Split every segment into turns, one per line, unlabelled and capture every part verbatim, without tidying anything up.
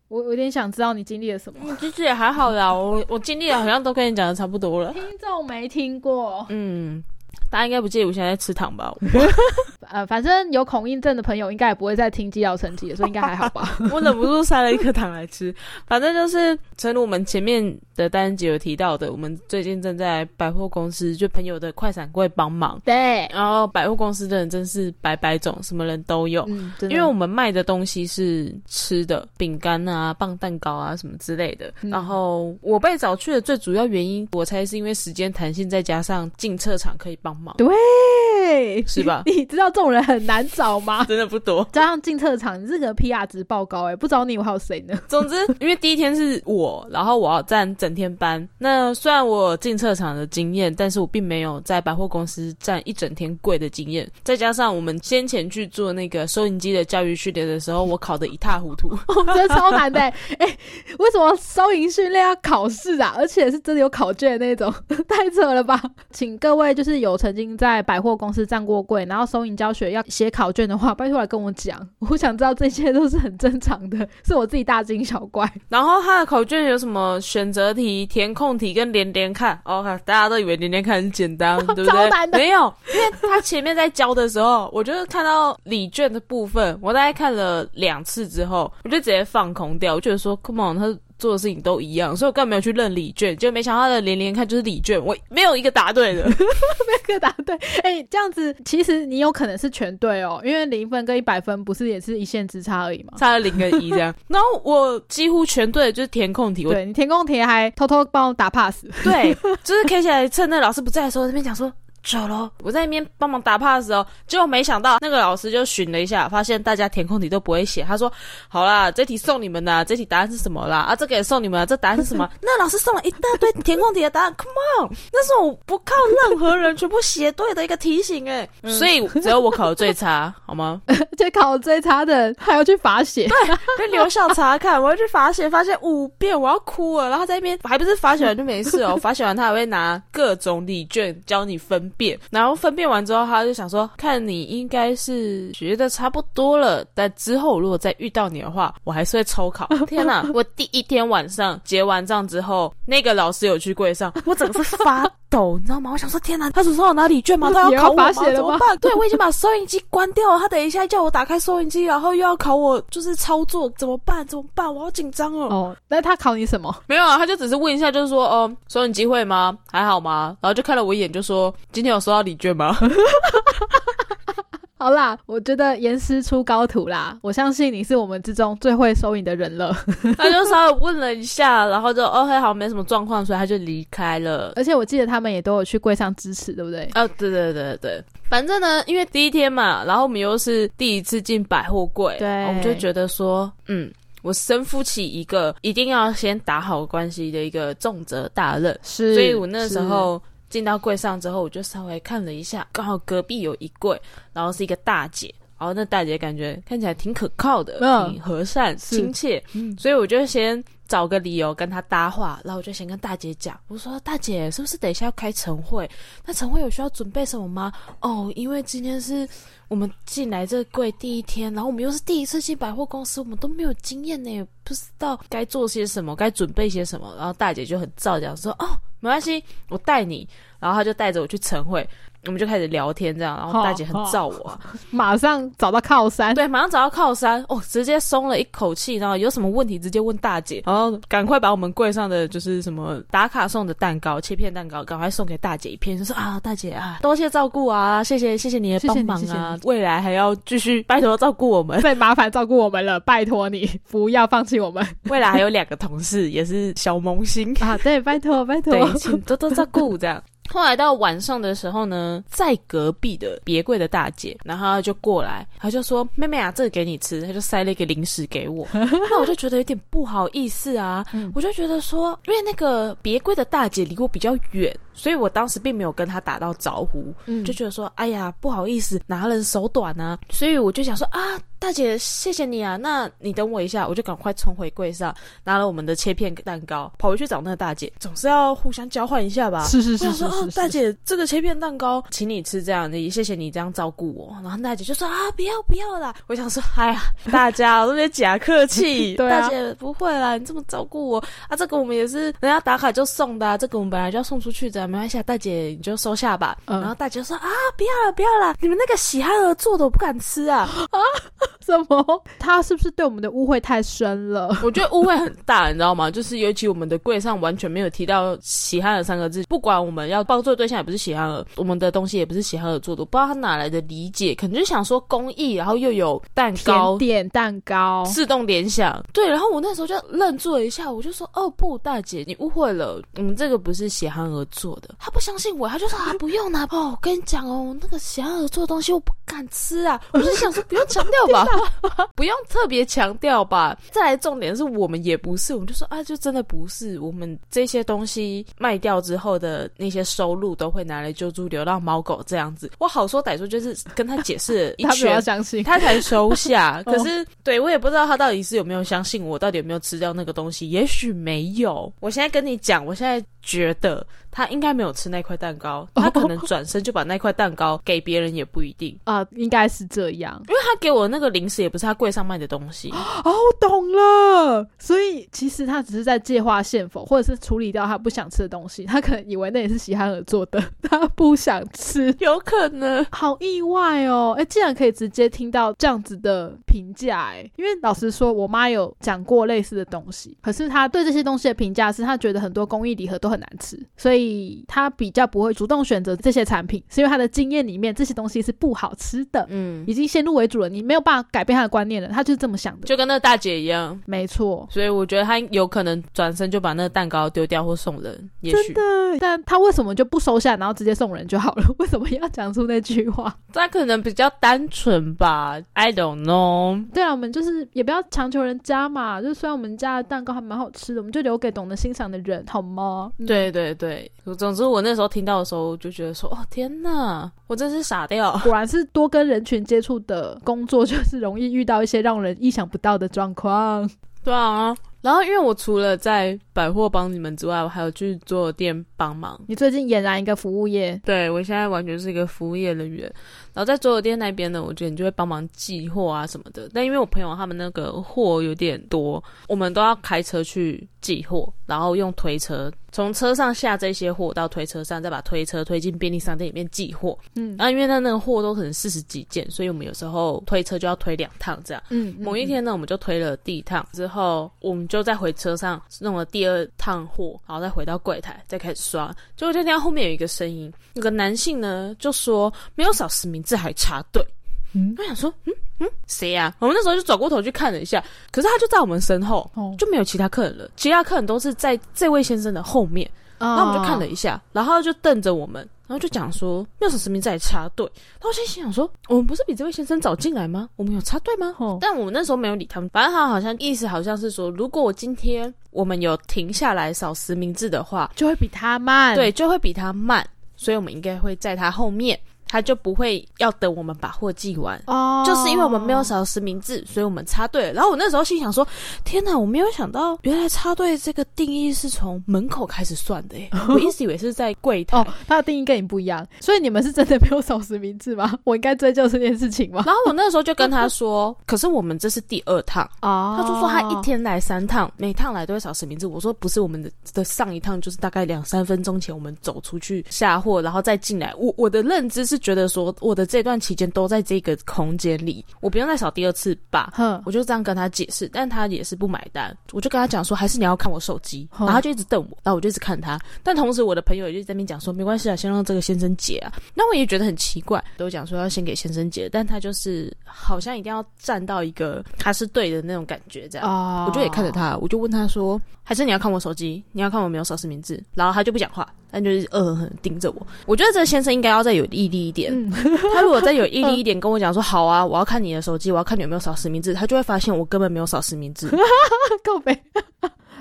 我有点想知道你经历了什么。
嗯，其实也还好啦，我我经历了好像都跟你讲的差不多了。
听众没听过。
嗯，大家应该不介意我现在在吃糖吧？
呃，反正有恐音症的朋友应该也不会再听纪要成绩了，所以应该还好吧。
我忍不住塞了一颗糖来吃。反正就是正如我们前面的单集有提到的，我们最近正在百货公司就朋友的快闪柜帮忙。
对，
然后百货公司的人真是百百种，什么人都有。
嗯，
因为我们卖的东西是吃的，饼干啊、棒蛋糕啊什么之类的。嗯、然后我被找去的最主要原因，我猜是因为时间弹性，再加上进测场可以帮忙。
对，
是吧？
你知道这种人很难找吗？
真的不多。
加上进测场，你这个 P R 值爆高哎、欸，不找你我还有谁呢？
总之，因为第一天是我，然后我要站整天班。那虽然我有进测场的经验，但是我并没有在百货公司站一整天柜的经验。再加上我们先前去做那个收银机的教育训练的时候，我考得一塌糊涂，
哦、真的超难的哎、欸欸！为什么收银训练要考试啊？而且是真的有考卷的那种，太扯了吧！请各位就是有曾经在百货公司站过柜，然后收银教学要写考卷的话，拜托来跟我讲，我想知道这些都是很正常的，是我自己大惊小怪。
然后他的考卷有什么选择题、填空题跟连连看，哦，大家都以为连连看很简单，对不对？
超难的。
没有，因为他前面在教的时候，我就是看到礼卷的部分，我大概看了两次之后，我就直接放空掉，我觉得说 ，Come on， 他做的事情都一样，所以我根本没有去认礼卷，就没想到他的连连看就是礼卷，我没有一个答对的，
没有一个答对。哎、欸，这样子其实你有可能是全对哦，因为零分跟一百分不是也是一线之差而已吗？
差了零跟一这样。然后我几乎全对的就是填空题，
对你填空题还偷偷帮我打 pass，
对，就是可以起来趁那老师不在的时候在那边讲说。走咯，我在那边帮忙打 pass 哦，结果没想到那个老师就巡了一下，发现大家填空题都不会写，他说好啦，这题送你们啦，这题答案是什么啦？啊，这个也送你们啦，这答案是什么？那老师送了一大堆填空题的答案，Come on， 那是我不靠任何人全部写对的一个题型诶、嗯、所以只有我考的最差，好吗？
就考的最差的还要去罚写，
对，跟留校查看，我要去罚写，发现五遍，我要哭了，然后在那边还不是罚写完就没事哦，罚写完他还会拿各种礼卷教你分辨，然后分辨完之后他就想说看你应该是学的差不多了，但之后如果再遇到你的话我还是会抽考。天哪，我第一天晚上结完账之后，那个老师有去柜上，我整个是发抖你知道吗？我想说天哪，他手上有拿礼卷吗？他要考我吗？怎么办？对，我已经把收银机关掉了，他等一下叫我打开收银机，然后又要考我就是操作，怎么办怎么办？我好紧张哦。
哦，那他考你什么？
没有啊，他就只是问一下，就是说哦，收银机会吗？还好吗？然后就看了我一眼就说今天有收到礼卷吗？
好啦，我觉得严师出高徒啦，我相信你是我们之中最会收银的人了。
他就稍微问了一下，然后就 OK 好，没什么状况，所以他就离开了。
而且我记得他们也都有去柜上支持，对不对？
哦，对对对对，反正呢，因为第一天嘛，然后我们又是第一次进百货柜，
对，
我们就觉得说，嗯，我身负起一个一定要先打好关系的一个重责大任，
是，
所以我那时候进到柜上之后，我就稍微看了一下，刚好隔壁有一柜，然后是一个大姐，然后那大姐感觉看起来挺可靠的，嗯、挺和善亲切、嗯，所以我就先找个理由跟她搭话，然后我就先跟大姐讲，我说大姐是不是等一下要开晨会？那晨会有需要准备什么吗？哦，因为今天是我们进来这柜第一天，然后我们又是第一次进百货公司，我们都没有经验呢，不知道该做些什么，该准备些什么。然后大姐就很照讲说，哦，没关系，我带你。然后她就带着我去晨会，我们就开始聊天这样，然后大姐很照我、啊，
马上找到靠山，
对，马上找到靠山，哦，直接松了一口气，然后有什么问题直接问大姐，然后赶快把我们柜上的就是什么打卡送的蛋糕、切片蛋糕，赶快送给大姐一片，就说啊，大姐啊，多谢照顾啊，谢谢谢谢你的帮忙啊，谢谢谢谢未来还要继续拜托照顾我们，
再麻烦照顾我们了，拜托你不要放弃我们，
未来还有两个同事也是小萌新
啊，对，拜托拜托，
对，请多多照顾这样。后来到晚上的时候呢，在隔壁的别柜的大姐，然后她就过来，她就说妹妹啊，这个给你吃，她就塞了一个零食给我。那我就觉得有点不好意思啊、嗯、我就觉得说因为那个别柜的大姐离我比较远， 所以我当时并没有跟他打到招呼，嗯，就觉得说哎呀不好意思拿人手短啊，所以我就想说啊大姐谢谢你啊，那你等我一下，我就赶快冲回柜上拿了我们的切片蛋糕跑回去找那个大姐，总是要互相交换一下吧。
是是是是是是，
我想说哦大姐这个切片蛋糕请你吃，这样的谢谢你这样照顾我，然后大姐就说啊不要不要啦，我想说哎呀大家我都在假客气对、啊、大姐不会啦，你这么照顾我啊，这个我们也是人家打卡就送的啊，这个我们本来就要送出去的，没关系，大姐你就收下吧、嗯、然后大姐说啊不要啦不要啦，你们那个喜憨儿做的我不敢吃啊
啊什么？他是不是对我们的误会太深了？
我觉得误会很大你知道吗，就是尤其我们的柜上完全没有提到喜憨儿三个字，不管我们要报做的对象也不是喜憨儿，我们的东西也不是喜憨儿做的，我不知道他哪来的理解，可能就想说公益然后又有蛋糕
甜点蛋糕
自动联想，对，然后我那时候就愣住了一下，我就说哦不大姐你误会了，我们这个不是喜憨儿做的。他不相信我，他就说啊不用啦、啊、哦我跟你讲哦那个喜憨儿做的东西我不敢吃啊，我就想说不用强调吧不用特别强调吧，再来重点是我们也不是，我们就说啊就真的不是，我们这些东西卖掉之后的那些收入都会拿来救助流浪猫狗这样子，我好说歹说就是跟他解释一圈
他没有相信
他才收下可是、哦、对我也不知道他到底是有没有相信我，到底有没有吃掉那个东西，也许没有，我现在跟你讲我现在觉得他应该没有吃那块蛋糕，他可能转身就把那块蛋糕给别人也不一定
啊、呃，应该是这样，
因为他给我那个零食也不是他柜上卖的东西。
哦，懂了，所以其实他只是在借花献佛，或者是处理掉他不想吃的东西，他可能以为那也是喜憨儿做的，他不想吃，
有可能。
好意外哦，哎，竟然可以直接听到这样子的评价，哎，因为老实说我妈有讲过类似的东西，可是她对这些东西的评价是她觉得很多公益礼盒都很难吃，所以她比较不会主动选择这些产品，是因为她的经验里面这些东西是不好吃的，嗯，已经先入为主了，你没有办法改变她的观念了，她就是这么想的，
就跟那个大姐一样，
没错，
所以我觉得她有可能转身就把那个蛋糕丢掉或送人，也许
真的，但她为什么就不收下然后直接送人就好了，为什么要讲出那句话？
她可能比较单纯吧， I don't know。
对啊，我们就是也不要强求人家嘛，就虽然我们家的蛋糕还蛮好吃的，我们就留给懂得欣赏的人好吗？
对对对，总之我那时候听到的时候就觉得说哦天哪，我真是傻掉，
果然是多跟人群接触的工作就是容易遇到一些让人意想不到的状况。
对啊，然后因为我除了在百货帮你们之外，我还有去桌游店帮忙。
你最近俨然一个服务业。
对，我现在完全是一个服务业人员。然后在桌游店那边呢，我觉得你就会帮忙寄货啊什么的，但因为我朋友他们那个货有点多，我们都要开车去寄货，然后用推车从车上下这些货到推车上，再把推车推进便利商店里面寄货。嗯，然后因为那那个货都可能四十几件，所以我们有时候推车就要推两趟这样。嗯，嗯某一天呢，我们就推了第一趟之后，我们就再回车上弄了第二趟货，然后再回到柜台再开始刷。结果就听到后面有一个声音，有个男性呢就说没有扫实名制还插队。嗯，我想说嗯嗯谁啊，我们那时候就转过头去看了一下，可是他就在我们身后、哦、就没有其他客人了，其他客人都是在这位先生的后面、哦、然后我们就看了一下，然后就瞪着我们，然后就讲说没有扫实名制还插队。然后我心想说我们不是比这位先生早进来吗？我们有插队吗、哦、但我们那时候没有理他们，反正他好像意思好像是说如果我今天我们有停下来扫实名制的话
就会比他慢，
对，就会比他慢，所以我们应该会在他后面，他就不会要等我们把货寄完哦，就是因为我们没有扫实名制，所以我们插队了。然后我那时候心想说天哪，我没有想到原来插队这个定义是从门口开始算的耶我一直以为是在柜台哦，
他的定义跟你不一样，所以你们是真的没有扫实名制吗？我应该追究这件事情吗？
然后我那时候就跟他说可是我们这是第二趟哦，他就说他一天来三趟，每趟来都会扫实名制。我说不是，我们的的上一趟就是大概两三分钟前我们走出去下货然后再进来，我我的认知是觉得说我的这段期间都在这个空间里，我不用再扫第二次吧，我就这样跟他解释，但他也是不买单。我就跟他讲说还是你要看我手机，然后他就一直瞪我，然后我就一直看他，但同时我的朋友也就在那边讲说没关系啊，先让这个先生结啊。那我也觉得很奇怪，都讲说要先给先生结，但他就是好像一定要站到一个他是对的那种感觉这样、哦、我就也看着他，我就问他说还是你要看我手机，你要看我没有扫实名制，然后他就不讲话，但就是恶狠狠盯着我。我觉得这个先生应该要再有毅力一点、嗯、他如果再有毅力一点跟我讲说好啊，我要看你的手机，我要看你有没有扫实名制，他就会发现我根本没有扫实名制。
够北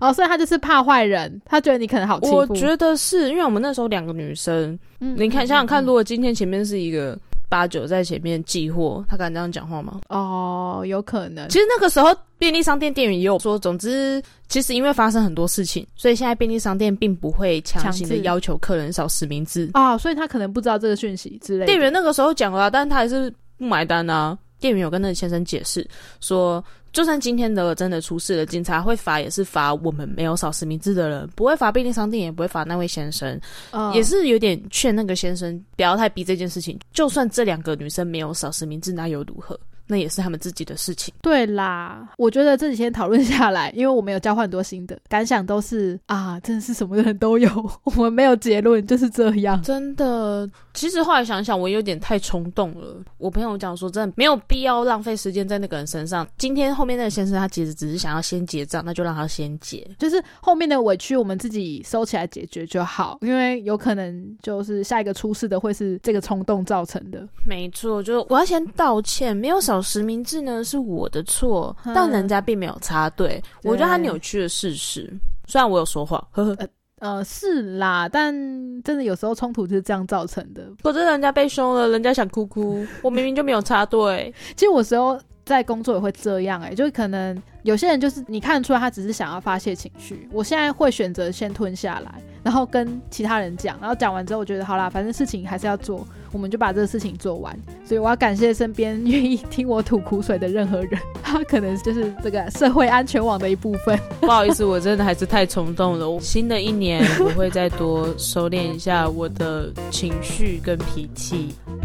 哦，所以他就是怕坏人，他觉得你可能好欺负。
我觉得是因为我们那时候两个女生，嗯，你看想想看，如果今天前面是一个八九在前面寄货，他敢这样讲话吗？
哦，有可能。
其实那个时候便利商店店员也有说，总之其实因为发生很多事情，所以现在便利商店并不会强行的要求客人扫实名制
啊、哦，所以他可能不知道这个讯息之类的。
店员那个时候讲了、啊，但他还是不买单啊。店员有跟那个先生解释说，就算今天的真的出事了，警察会罚也是罚我们没有扫实名制的人，不会罚便利商店，也不会罚那位先生、哦、也是有点劝那个先生不要太逼这件事情，就算这两个女生没有扫实名制那又如何，那也是他们自己的事情。
对啦，我觉得这几天讨论下来，因为我们有交换很多心得感想，都是啊，真的是什么人都有，我们没有结论，就是这样。
真的，其实后来想想我有点太冲动了。我朋友讲说真的没有必要浪费时间在那个人身上，今天后面那个先生他其实只是想要先结账，那就让他先结，
就是后面的委屈我们自己收起来解决就好，因为有可能就是下一个出事的会是这个冲动造成的。
没错，就我要先道歉，没有扫实名制呢是我的错、嗯、但人家并没有插队，我觉得他扭曲了事实，虽然我有说谎呵呵。
呃呃，是啦，但真的有时候冲突就是这样造成的。
可是人家被凶了，人家想哭哭，我明明就没有插队。
其实我有时候在工作也会这样欸，就可能有些人就是你看得出来他只是想要发泄情绪，我现在会选择先吞下来，然后跟其他人讲，然后讲完之后我觉得好啦，反正事情还是要做，我们就把这个事情做完。所以我要感谢身边愿意听我吐苦水的任何人，他可能就是这个社会安全网的一部分。
不好意思，我真的还是太冲动了，新的一年我会再多收敛一下我的情绪跟脾气。